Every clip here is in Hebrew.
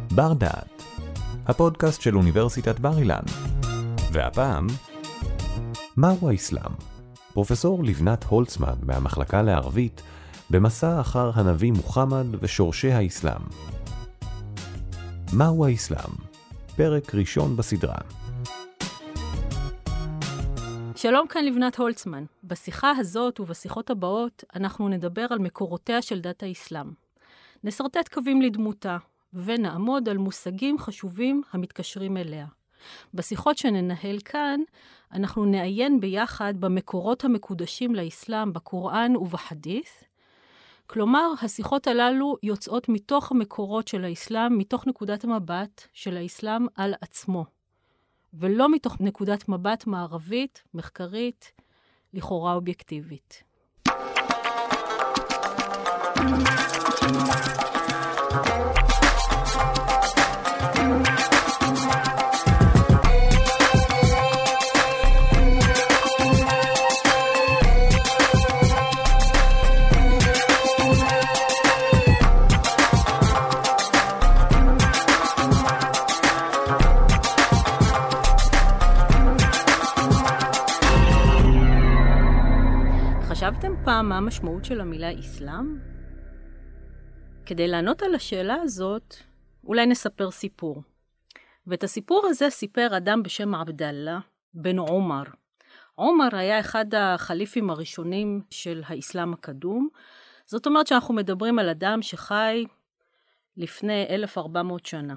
בר דעת, הפודקאסט של אוניברסיטת בר אילן. והפעם, מהו האסלאם? פרופסור לבנת הולצמן מהמחלקה לערבית במסע אחר הנביא מוחמד ושורשי האסלאם. מהו האסלאם? פרק ראשון בסדרה. שלום, כאן לבנת הולצמן. בשיחה הזאת ובשיחות הבאות אנחנו נדבר על מקורותיה של דת האסלאם. נסרטט קווים לדמותה ונעמוד על מושגים חשובים המתקשרים אליה. בשיחות שננהל כאן אנחנו נעיין ביחד במקורות המקודשים לאסלאם בקוראן ובחדית'. כלומר, השיחות הללו יוצאות מתוך המקורות של האסלאם, מתוך נקודת המבט של האסלאם על עצמו. ולא מתוך נקודת מבט מערבית, מחקרית, לכאורה אובייקטיבית. חשבתם פעם מה המשמעות של המילה אסלאם? כדי לענות על השאלה הזאת, אולי נספר סיפור. ואת הסיפור הזה סיפר אדם בשם עבדאללה בן עומר. עומר היה אחד החליפים הראשונים של האסלאם הקדום. זאת אומרת שאנחנו מדברים על אדם שחי לפני 1400 שנה.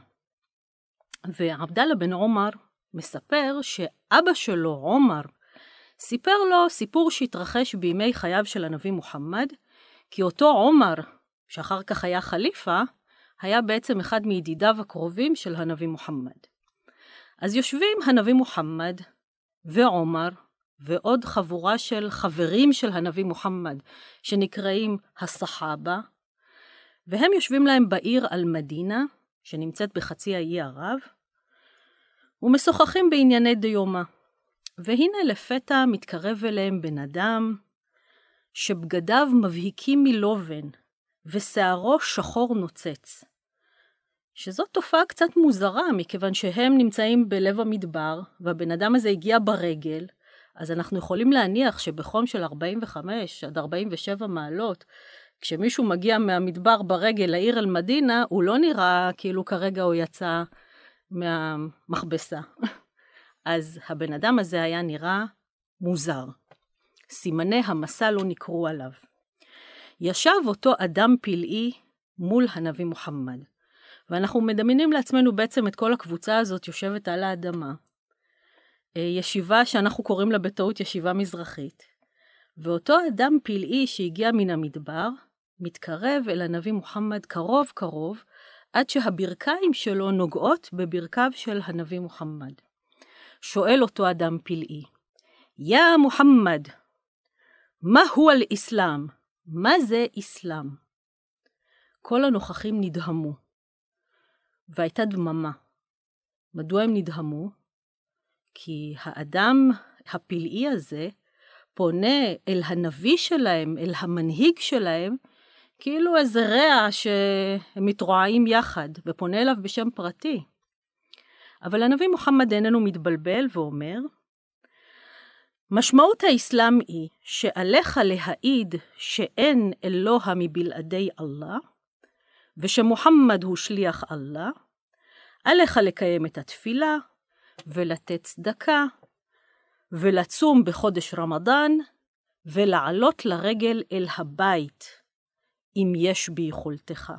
ועבדאללה בן עומר מספר שאבא שלו, עומר, סיפר לו סיפור שהתרחש בימי חייו של הנביא מוחמד, כי אותו עומר, שאחר כך היה חליפה, היה בעצם אחד מידידיו הקרובים של הנביא מוחמד. אז יושבים הנביא מוחמד ועומר, ועוד חבורה של חברים של הנביא מוחמד, שנקראים הסחאבה, והם יושבים להם בעיר אל-מדינה, שנמצאת בחצי האי ערב, ומשוחחים בענייני דיומא. והנה לפתע מתקרב אליהם בן אדם שבגדיו מבהיקים מלובן ושערו שחור נוצץ. שזאת תופעה קצת מוזרה, מכיוון שהם נמצאים בלב המדבר והבן אדם הזה הגיע ברגל, אז אנחנו יכולים להניח שבחום של 45 עד 47 מעלות, כשמישהו מגיע מהמדבר ברגל לעיר אל-מדינה, הוא לא נראה כאילו כרגע הוא יצא מהמכבסה. אז הבן אדם הזה היה נראה מוזר. סימני המסע לא נקרו עליו. ישב אותו אדם פלאי מול הנביא מוחמד. ואנחנו מדמיינים לעצמנו בעצם את כל הקבוצה הזאת יושבת על האדמה. ישיבה שאנחנו קוראים לה בטעות ישיבה מזרחית. ואותו אדם פלאי שהגיע מן המדבר, מתקרב אל הנביא מוחמד קרוב קרוב, עד שהברכיים שלו נוגעות בברכיו של הנביא מוחמד. שואל אותו אדם פלאי, יא מוחמד, מה הוא אל-אסלאם? מה זה אסלאם? כל הנוכחים נדהמו, והייתה דממה. מדוע הם נדהמו? כי האדם הפלאי הזה פונה אל הנביא שלהם, אל המנהיג שלהם, כאילו איזה רע שהם מתרועעים יחד, ופונה אליו בשם פרטי. אבל הנביא מוחמד איננו מתבלבל ואומר, משמעות האסלאם היא שעליך להעיד שאין אלוה מבלעדי אללה, ושמוחמד הוא שליח אללה, עליך לקיים את התפילה, ולתת צדקה, ולצום בחודש רמדאן, ולעלות לרגל אל הבית, אם יש ביכולתך.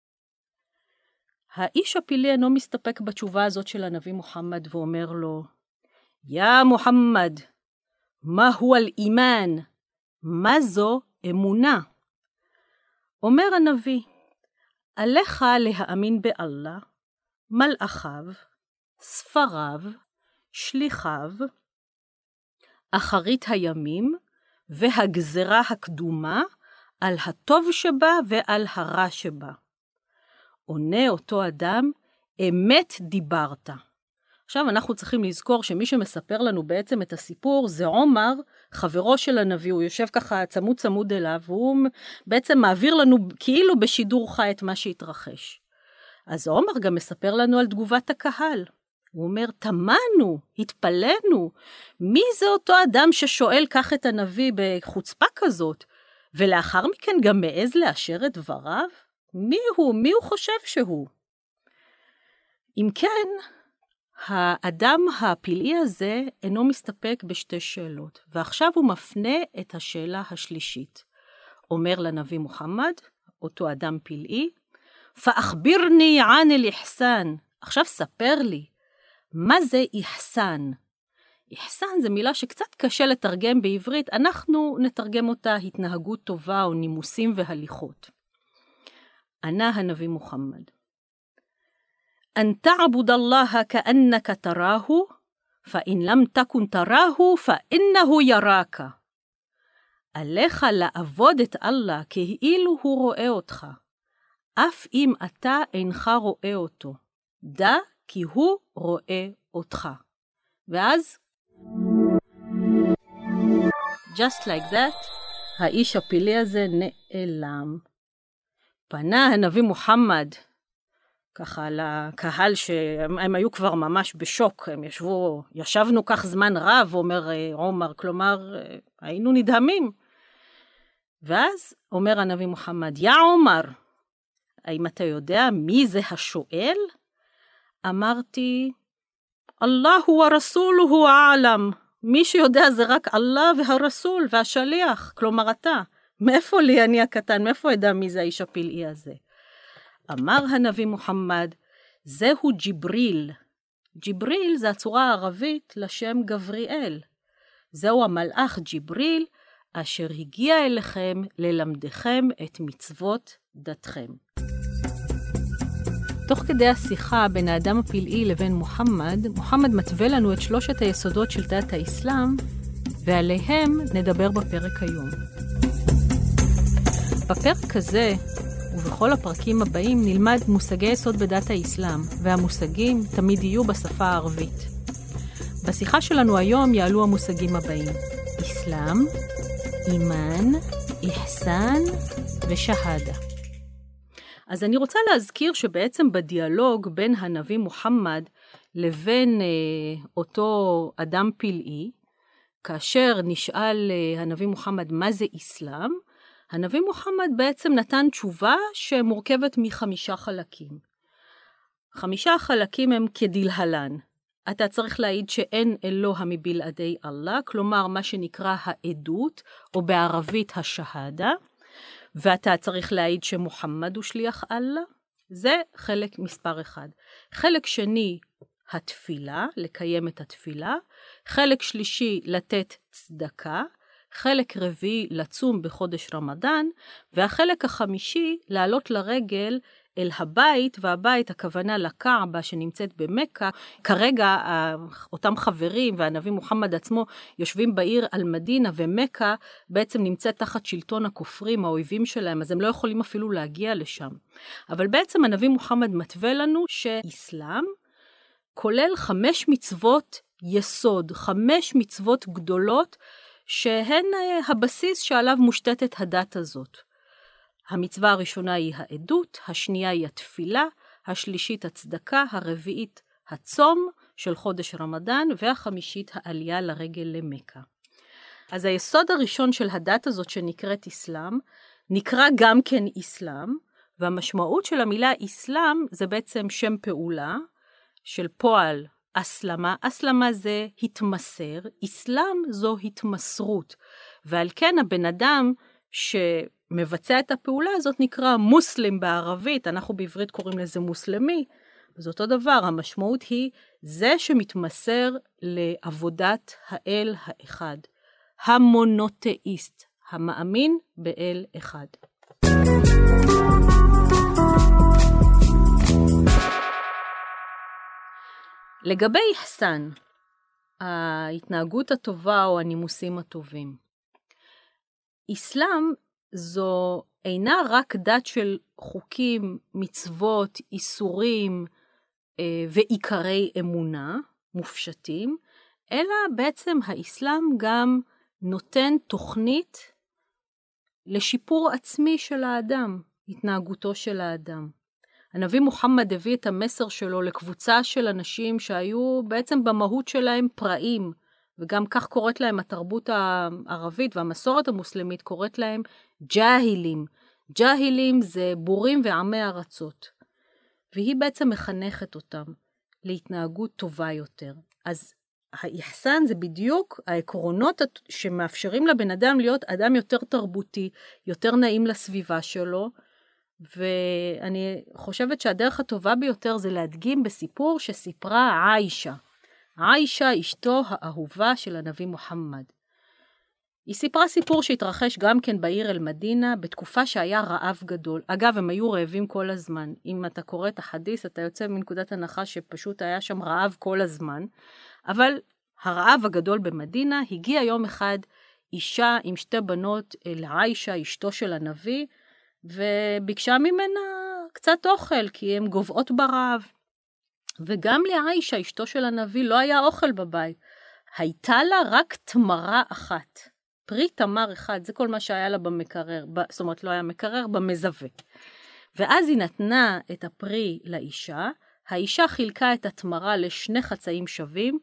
האיש הפלאי אינו מסתפק בתשובה הזאת של הנביא מוחמד ואומר לו, יא מוחמד, מהו אל-אימן? מה זו אמונה? אומר הנביא, עליך להאמין באללה, מלאכיו, ספריו, שליחיו, אחרית הימים והגזרה הקדומה על הטוב שבה ועל הרע שבה. עונה אותו אדם, אמת דיברת. עכשיו אנחנו צריכים לזכור שמי שמספר לנו בעצם את הסיפור זה עומר, חברו של הנביא, הוא יושב ככה צמוד אליו, והוא בעצם מעביר לנו כאילו בשידור חי את מה שהתרחש. אז עומר גם מספר לנו על תגובת הקהל. הוא אומר, תמנו, התפלנו, מי זה אותו אדם ששואל כך את הנביא בחוצפה כזאת, ולאחר מכן גם מעז לאשר את דבריו? מי הוא חושב שהוא? אם כן, האדם הפלאי הזה אינו מסתפק בשתי שאלות, ועכשיו הוא מפנה את השאלה השלישית. אומר לנביא מוחמד, אותו אדם פלאי, פאחבירני ען אל-ihsan, עכשיו ספר לי, מה זה ihsan? ihsan זה מילה שקצת קשה לתרגם בעברית, אנחנו נתרגם אותה התנהגות טובה או נימוסים והליכות. ענה הנביא מוחמד, أن تعبد الله كأنك تراه فإن لم تكن تراه فإنه يراك. עליך לעבוד את אללה כאילו הוא רואה אותך, אף אם אתה אינך רואה אותו. דע כי הוא רואה אותך. ואז, just like that, האיש הפלאי הזה נעלם. פנה הנביא מוחמד, ככה לקהל שהם היו כבר ממש בשוק, הם ישבנו כך זמן רב, אומר עומר, כלומר, היינו נדהמים. ואז אומר הנביא מוחמד, יא עומר, האם אתה יודע מי זה השואל? אמרתי, אללה ורסולו העלם, מי שיודע זה רק אללה והרסול והשליח, כלומר אתה. מאיפה לי אני הקטן, מאיפה ידע מי זה האיש הפלאי הזה? אמר הנביא מוחמד, זהו ג'יבריל. ג'יבריל זה הצורה הערבית לשם גבריאל. זהו המלאך ג'יבריל, אשר הגיע אליכם ללמדכם את מצוות דתכם. תוך כדי השיחה בין האדם הפלאי לבין מוחמד מתווה לנו את שלושת היסודות של דת האסלאם, ועליהם נדבר בפרק היום. בפרק הזה, ובכל הפרקים הבאים, נלמד מושגי יסוד בדת האסלאם, והמושגים תמיד יהיו בשפה הערבית. בשיחה שלנו היום יעלו המושגים הבאים: אסלאם, אימן, ihsan ושהדה. אז אני רוצה להזכיר שבעצם בדיאלוג בין הנביא מוחמד לבין אותו אדם פלאי, כאשר נשאל הנביא מוחמד מה זה אסלאם, הנביא מוחמד בעצם נתן תשובה שמורכבת מ5 חלקים. 5 החלקים הם כדלהלן. אתה צריך להעיד שאין אלוה מבלעדי אללה, כלומר מה שנקרא העדות, או בערבית השהדה, ואתה צריך להעיד שמוחמד הוא שליח אללה. זה חלק מספר 1. חלק שני, התפילה, לקיים את התפילה. חלק שלישי, לתת צדקה. חלק רביעי, לצום בחודש רמדאן, והחלק החמישי, לעלות לרגל אל הבית, והבית הכוונה לקעבה שנמצאת במכה. כרגע אותם חברים והנביא מוחמד עצמו יושבים בעיר על מדינה, ומכה בעצם נמצאת תחת שלטון הכופרים, האויבים שלהם, אז הם לא יכולים אפילו להגיע לשם. אבל בעצם הנביא מוחמד מתווה לנו שאסלאם כולל 5 מצוות יסוד, 5 מצוות גדולות, שהן הבסיס שעליו מושתתת הדת הזאת. המצווה הראשונה היא העדות, השנייה היא התפילה, השלישית הצדקה, הרביעית הצום של חודש רמדאן, והחמישית העלייה לרגל למכה. אז היסוד הראשון של הדת הזאת שנקראת אסלאם, נקרא גם כן אסלאם, והמשמעות של המילה אסלאם זה בעצם שם פעולה של פועל אסלמה. אסלמה זה התמסר, אסלאם זו התמסרות, ועל כן הבן אדם שמבצע את הפעולה הזאת נקרא מוסלם בערבית, אנחנו בעברית קוראים לזה מוסלמי, אז אותו דבר, המשמעות היא זה שמתמסר לעבודת האל האחד, המונותאיסט, המאמין באל אחד. לגבי ihsan, ההתנהגות הטובה או הנימוסים הטובים. אסלאם זו אינה רק דת של חוקים, מצוות, איסורים ועיקרי אמונה מופשטים, אלא בעצם האסלאם גם נותן תוכנית לשיפור עצמי של האדם, התנהגותו של האדם. הנביא מוחמד הביא את המסר שלו לקבוצה של אנשים שהיו בעצם במהות שלהם פראים, וגם כך קוראת להם התרבות הערבית והמסורת המוסלמית קוראת להם ג'אהילים. ג'אהילים זה בורים ועמי ארצות. והיא בעצם מחנכת אותם להתנהגות טובה יותר. אז האחסן זה בדיוק העקרונות שמאפשרים לבן אדם להיות אדם יותר תרבותי, יותר נעים לסביבה שלו, ואני חושבת שהדרך הטובה ביותר זה להדגים בסיפור שסיפרה עיישה. עיישה אשתו האהובה של הנביא מוחמד. היא סיפרה סיפור שהתרחש גם כן בעיר אל-מדינה, בתקופה שהיה רעב גדול. אגב, הם היו רעבים כל הזמן. אם אתה קורא את החדיס, אתה יוצא מנקודת הנחה שפשוט היה שם רעב כל הזמן. אבל הרעב הגדול במדינה, הגיע יום אחד אישה עם שתי בנות לעיישה, אשתו של הנביא, וביקשה ממנה קצת אוכל, כי הן גובעות ברעב. וגם לעיישה, אשתו של הנביא, לא היה אוכל בבית. הייתה לה רק תמרה אחת. פרי תמר אחד, זה כל מה שהיה לה במקרר, זאת אומרת לא היה מקרר, במזווה. ואז היא נתנה את הפרי לאישה, האישה חילקה את התמרה לשני חצאים שווים,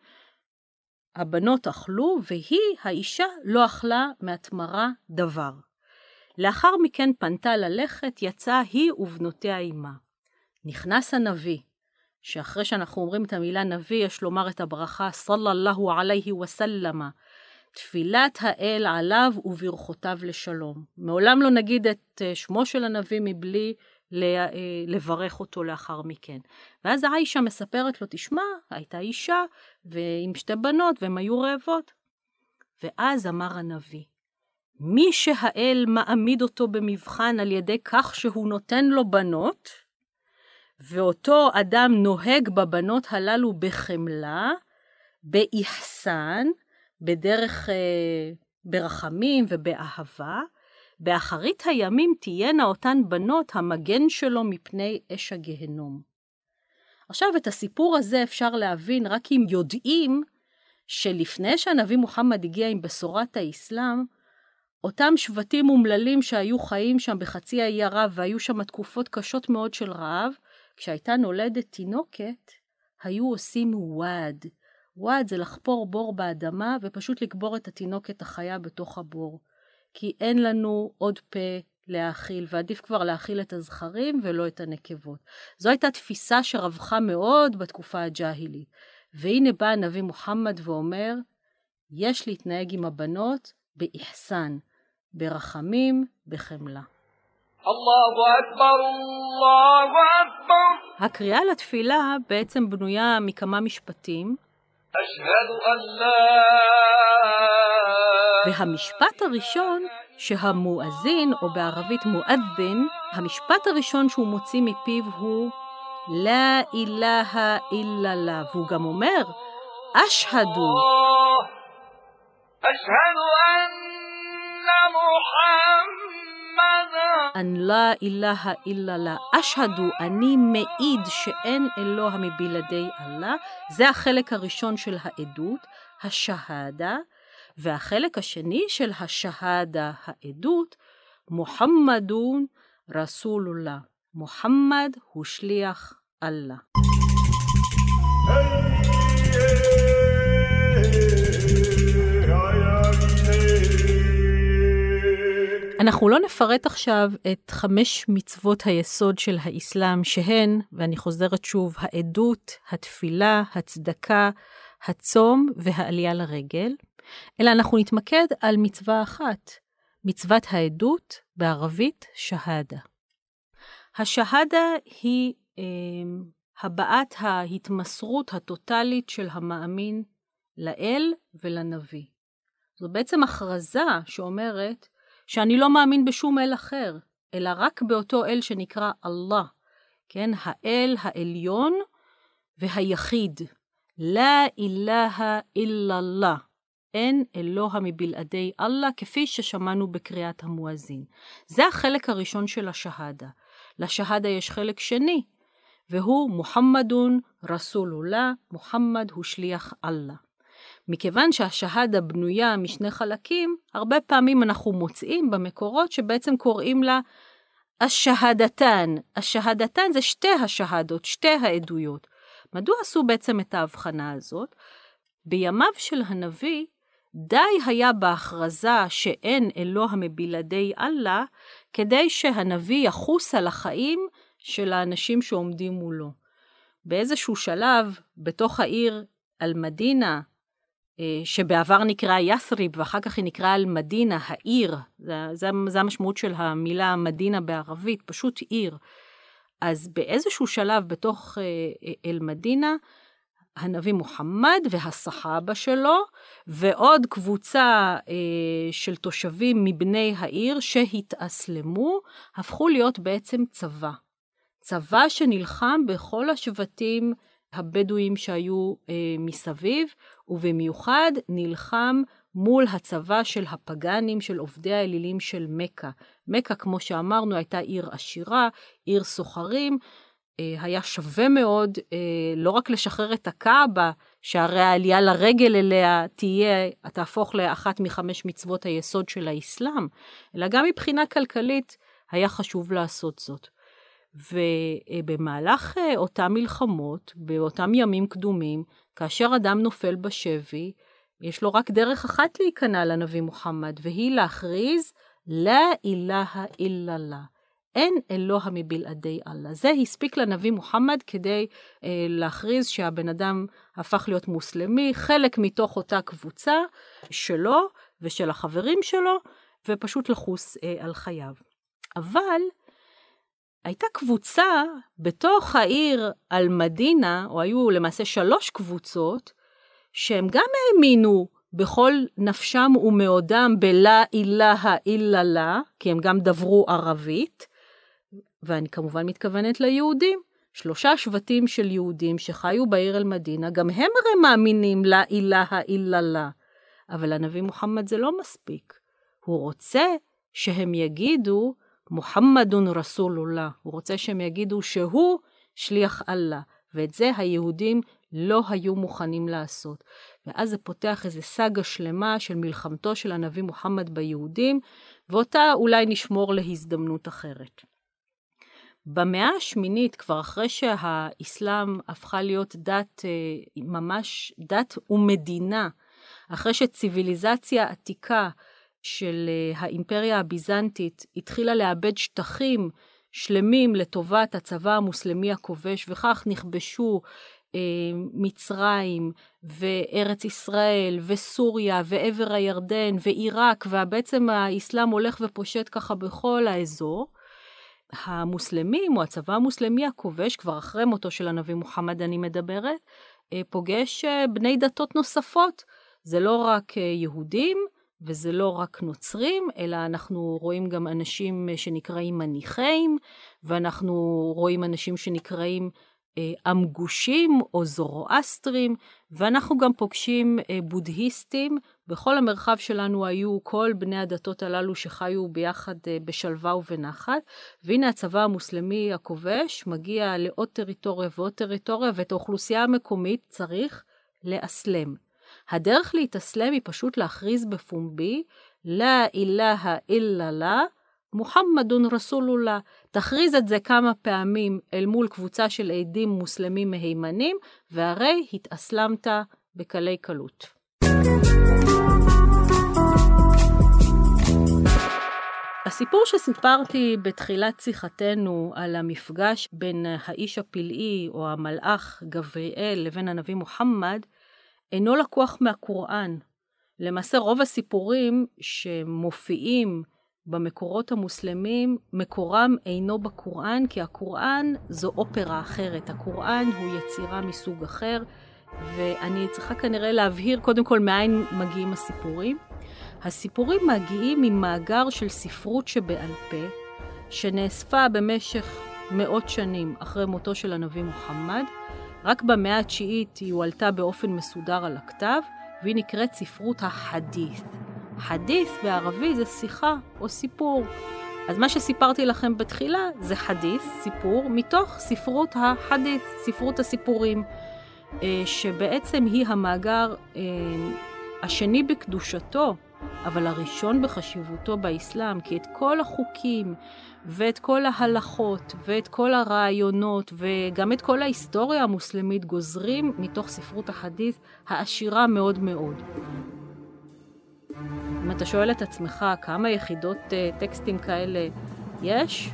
הבנות אכלו, והיא, האישה, לא אכלה מהתמרה דבר. לאחר מכן פנתה ללכת, יצאה היא ובנותיה עימה. נכנס הנביא, שאחרי שאנחנו אומרים את המילה נביא, יש לומר את הברכה, סלlallahu עליhi וסלמה, תפילת האל עליו וברכותיו לשלום. מעולם לא נגיד את שמו של הנביא מבלי לברך אותו לאחר מכן. ואז עיישה מספרת לו, תשמע, הייתה אישה ועם שתי בנות והן היו רעבות. ואז אמר הנביא, מי שהאל מעמיד אותו במבחן על ידי כך שהוא נותן לו בנות, ואותו אדם נוהג בבנות הללו בחמלה, באחסן, בדרך ברחמים ובאהבה, באחרית הימים תהיינה אותן בנות המגן שלו מפני אש הגהנום. עכשיו את הסיפור הזה אפשר להבין רק אם יודעים שלפני שהנביא מוחמד הגיע עם בשורת האסלאם, אותם שבטים אומללים שהיו חיים שם בחצי האי ערב והיו שם תקופות קשות מאוד של רעב, כשהייתה נולדת תינוקת, היו עושים וואד. וואד זה לחפור בור באדמה ופשוט לקבור את התינוקת החיה בתוך הבור. כי אין לנו עוד פה להאכיל, ועדיף כבר להאכיל את הזכרים ולא את הנקבות. זו הייתה תפיסה שרווחה מאוד בתקופה הג'אהילית. והנה בא הנביא מוחמד ואומר, יש להתנהג עם הבנות באחסן, ברחמים, בחמלה. אללהו אכבר, אללהו אכבר. הקריאה לתפילה בעצם בנויה מכמה משפטים. אשהד אן לה. והמשפט הראשון שהמואזין, או בערבית מואזין, המשפט הראשון שהוא מוציא מפיו הוא לא אילהה אילה לה, והוא גם אומר אשהדו. אשהדו אנ מוחמד. אן לא אילהה אילה לה. אשהדו, אני מעיד שאין אלוה מבלעדי אללה. זה החלק הראשון של העדות, השהדה. והחלק השני של השהדה, העדות, מוחמדון רסולולlah. מוחמד הוא שליח אללה. אנחנו לא נפרט עכשיו את 5 מצוות היסוד של האסלאם שהן, ואני חוזרת שוב, העדות, התפילה, הצדקה, הצום והעלייה לרגל, אלא אנחנו נתמקד על מצווה אחת, מצוות העדות, בערבית שהדה. השהדה היא הבעת ההתמסרות הטוטלית של המאמין לאל ולנביא. זו בעצם הכרזה שאומרת שאני לא מאמין בשום אל אחר, אלא רק באותו אל שנקרא אללה, כן? האל העליון והיחיד. לא אילהה אילה אללה. אין אלוה מבלעדי אללה, כפי ששמענו בקריאת המואזין. זה החלק הראשון של השהדה. לשהדה יש חלק שני, והוא מוחמדון רסולולlah, מוחמד הוא שליח אללה. מכיוון שהשהדה בנויה משני חלקים, הרבה פעמים אנחנו מוצאים במקורות שבעצם קוראים לה השהדתן. השהדתן זה שתי השהדות, שתי העדויות. מדוע עשו בעצם את ההבחנה הזאת? בימיו של הנביא, די היה בהכרזה שאין אלוה מבלעדי אללה, כדי שהנביא יחוס על החיים של האנשים שעומדים מולו. באיזשהו שלב, בתוך העיר אל-מדינה, שבעבר נקרא יסריב, ואחר כך היא נקרא אל-מדינה, העיר, זה המשמעות של המילה מדינה בערבית, פשוט עיר. אז באיזשהו שלב בתוך אל-מדינה, הנביא מוחמד והסחאבה שלו, ועוד קבוצה של תושבים מבני העיר שהתאסלמו, הפכו להיות בעצם צבא. צבא שנלחם בכל השבטים הבדואים שהיו מסביב, ובמיוחד נלחם מול הצבא של הפגנים, של עובדי האלילים של מקה. מקה, כמו שאמרנו, הייתה עיר עשירה, עיר סוחרים, היה שווה מאוד לא רק לשחרר את הקאבה, שהרי העלייה לרגל אליה תהפוך לאחת מחמש מצוות היסוד של האסלאם, אלא גם מבחינה כלכלית היה חשוב לעשות זאת. ובמהלך אותם מלחמות, באותם ימים קדומים, כאשר אדם נופל בשבי, יש לו רק דרך אחת להיכנע לנביא מוחמד, והיא להכריז, לא אילהה איללה. אין אלוה מבלעדי אללה. זה הספיק לנביא מוחמד כדי להכריז שהבן אדם הפך להיות מוסלמי, חלק מתוך אותה קבוצה שלו ושל החברים שלו, ופשוט לחוס על חייו. אבל הייתה קבוצה בתוך העיר אל-מדינה, או היו למעשה 3 קבוצות, שהם גם האמינו בכל נפשם ומאודם בלה אילהה איללה, כי הם גם דברו ערבית, ואני כמובן מתכוונת ליהודים. 3 שבטים של יהודים שחיו בעיר אל-מדינה, גם הם הרי מאמינים לה אילהה איללה. אבל הנביא מוחמד זה לא מספיק. הוא רוצה שהם יגידו, מוחמדון רסולולlah. הוא רוצה שהם יגידו שהוא שליח אללה. ואת זה היהודים לא היו מוכנים לעשות. ואז זה פותח איזו סאגה שלמה של מלחמתו של הנביא מוחמד ביהודים, ואותה אולי נשמור להזדמנות אחרת. במאה השמינית, כבר אחרי שהאסלאם הפכה להיות דת, ממש דת ומדינה, אחרי שציוויליזציה עתיקה של האימפריה הביזנטית התחילה לאבד שטחים שלמים לטובת הצבא המוסלמי הכובש, וכך נכבשו מצרים וארץ ישראל וסוריה ועבר הירדן ועיראק, ובעצם האסלאם הולך ופושט ככה בכל האזור. המוסלמים או הצבא המוסלמי הכובש, כבר אחרי מותו של הנביא מוחמד אני מדברת, פוגש בני דתות נוספות. זה לא רק יהודים וזה לא רק נוצרים, אלא אנחנו רואים גם אנשים שנקראים מניחים, ואנחנו רואים אנשים שנקראים אמגושים או זורואסטרים, ואנחנו גם פוגשים בודהיסטים. בכל המרחב שלנו היו כל בני הדתות הללו שחיו ביחד בשלווה ובנחת, והנה הצבא המוסלמי הכובש מגיע לעוד טריטוריה ועוד טריטוריה, ואת האוכלוסייה המקומית צריך לאסלם. הדרך להתאסלם היא פשוט להכריז בפומבי, לא אילהה איללה, מוחמדון רסולולlah. תכריז את זה כמה פעמים אל מול קבוצה של עדים מוסלמים מהימנים, והרי התאסלמת בקלי קלות. הסיפור שסיפרתי בתחילת שיחתנו על המפגש בין האיש הפלאי או המלאך גבריאל לבין הנביא מוחמד, אינו לקוח מהקוראן. למעשה רוב הסיפורים שמופיעים במקורות המוסלמים, מקורם אינו בקוראן, כי הקוראן זו אופרה אחרת. הקוראן הוא יצירה מסוג אחר, ואני צריכה כנראה להבהיר קודם כל מאין מגיעים הסיפורים. הסיפורים מגיעים ממאגר של ספרות שבעל פה, שנאספה במשך מאות שנים אחרי מותו של הנביא מוחמד. רק במאה התשיעית היא הועלתה באופן מסודר על הכתב, והיא נקראת ספרות החדית'. חדית' בערבית זה שיחה או סיפור. אז מה שסיפרתי לכם בתחילה זה חדית', סיפור, מתוך ספרות החדית', ספרות הסיפורים, שבעצם היא המאגר השני בקדושתו אבל הראשון בחשיבותו באסלאם, כי את כל החוקים ואת כל ההלכות ואת כל הרעיונות וגם את כל ההיסטוריה המוסלמית גוזרים מתוך ספרות החדית' העשירה מאוד מאוד. אם אתה שואל את עצמך כמה יחידות טקסטים כאלה יש,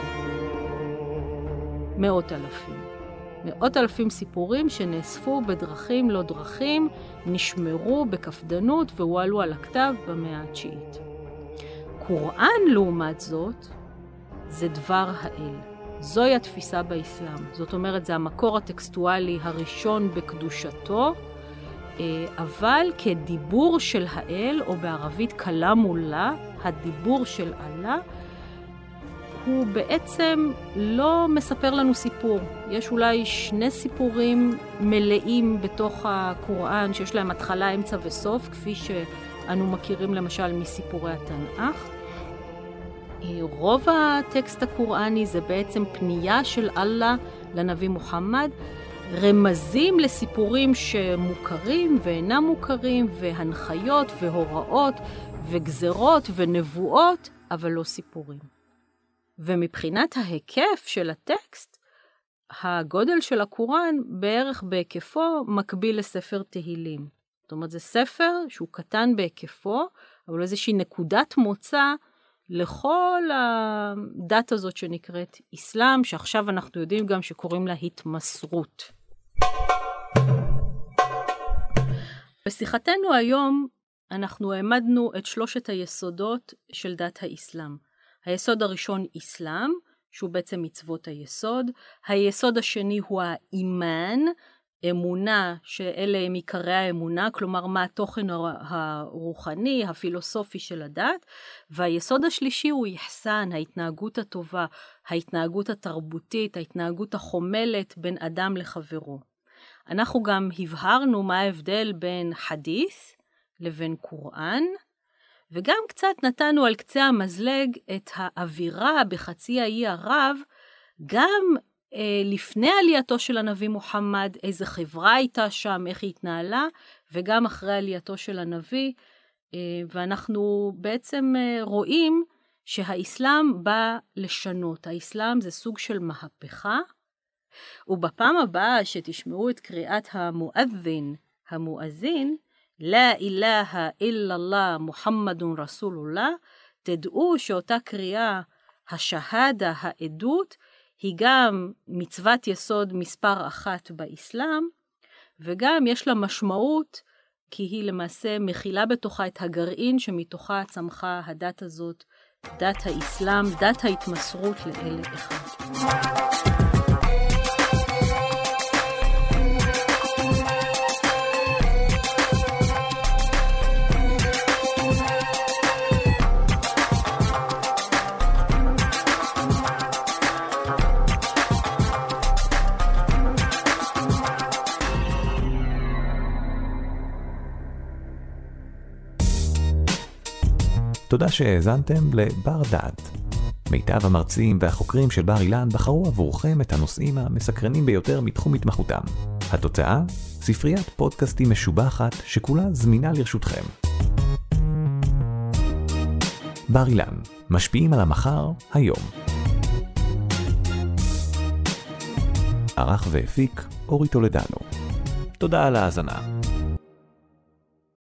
100,000. 100,000 סיפורים שנאספו בדרכים לא דרכים, נשמרו בקפדנות והועלו על הכתב במאה ה-9. קוראן לעומת זאת, זה דבר האל. זוהי התפיסה באסלאם. זאת אומרת, זה המקור הטקסטואלי הראשון בקדושתו, אבל כדיבור של האל, או בערבית כלאמולlah, הדיבור של אללה, הוא בעצם לא מספר לנו סיפור. יש אולי 2 סיפורים מלאים בתוך הקוראן, שיש להם התחלה, אמצע וסוף, כפי שאנו מכירים למשל מסיפורי התנ"ך. רוב הטקסט הקוראני זה בעצם פנייה של אללה לנביא מוחמד, רמזים לסיפורים שמוכרים ואינם מוכרים, והנחיות והוראות וגזרות ונבואות, אבל לא סיפורים. ומבחינת ההיקף של הטקסט, הגודל של הקוראן בערך בהיקפו מקביל לספר תהילים. זאת אומרת, זה ספר שהוא קטן בהיקפו, אבל איזושהי נקודת מוצא לכל הדת הזאת שנקראת אסלאם, שעכשיו אנחנו יודעים גם שקוראים לה התמסרות. בשיחתנו היום אנחנו העמדנו את 3 היסודות של דת האסלאם. היסוד הראשון אסלאם, שהוא בעצם מצוות היסוד. היסוד השני הוא האימן, אמונה, שאלה הם עיקרי האמונה, כלומר מה התוכן הרוחני, הפילוסופי של הדת. והיסוד השלישי הוא יחסן, ההתנהגות הטובה, ההתנהגות התרבותית, ההתנהגות החומלת בין אדם לחברו. אנחנו גם הבהרנו מה ההבדל בין חדית' לבין קוראן, וגם קצת נתנו על קצה המזלג את האווירה בחצי האי ערב, גם לפני עלייתו של הנביא מוחמד, איזה חברה הייתה שם, איך היא התנהלה, וגם אחרי עלייתו של הנביא, ואנחנו בעצם רואים שהאסלאם בא לשנות. האסלאם זה סוג של מהפכה, ובפעם הבאה שתשמעו את קריאת המואזין, לא אילהה אילlallah מוחמדון רסולולlah, תדעו שאותה קריאה, השהדה, העדות, היא גם מצוות יסוד מספר 1 באסלאם, וגם יש לה משמעות, כי היא למעשה מכילה בתוכה את הגרעין שמתוכה צמחה הדת הזאת, דת האסלאם, דת ההתמסרות לאל אחד. תודה שהאזנתם לבר דעת. מיטב המרצים והחוקרים של בר אילן בחרו עבורכם את הנושאים המסקרנים ביותר מתחום התמחותם. התוצאה? ספריית פודקאסטים משובחת שכולה זמינה לרשותכם. בר אילן, משפיעים על המחר היום. ערך והפיק אורי טולדנו. תודה על ההאזנה.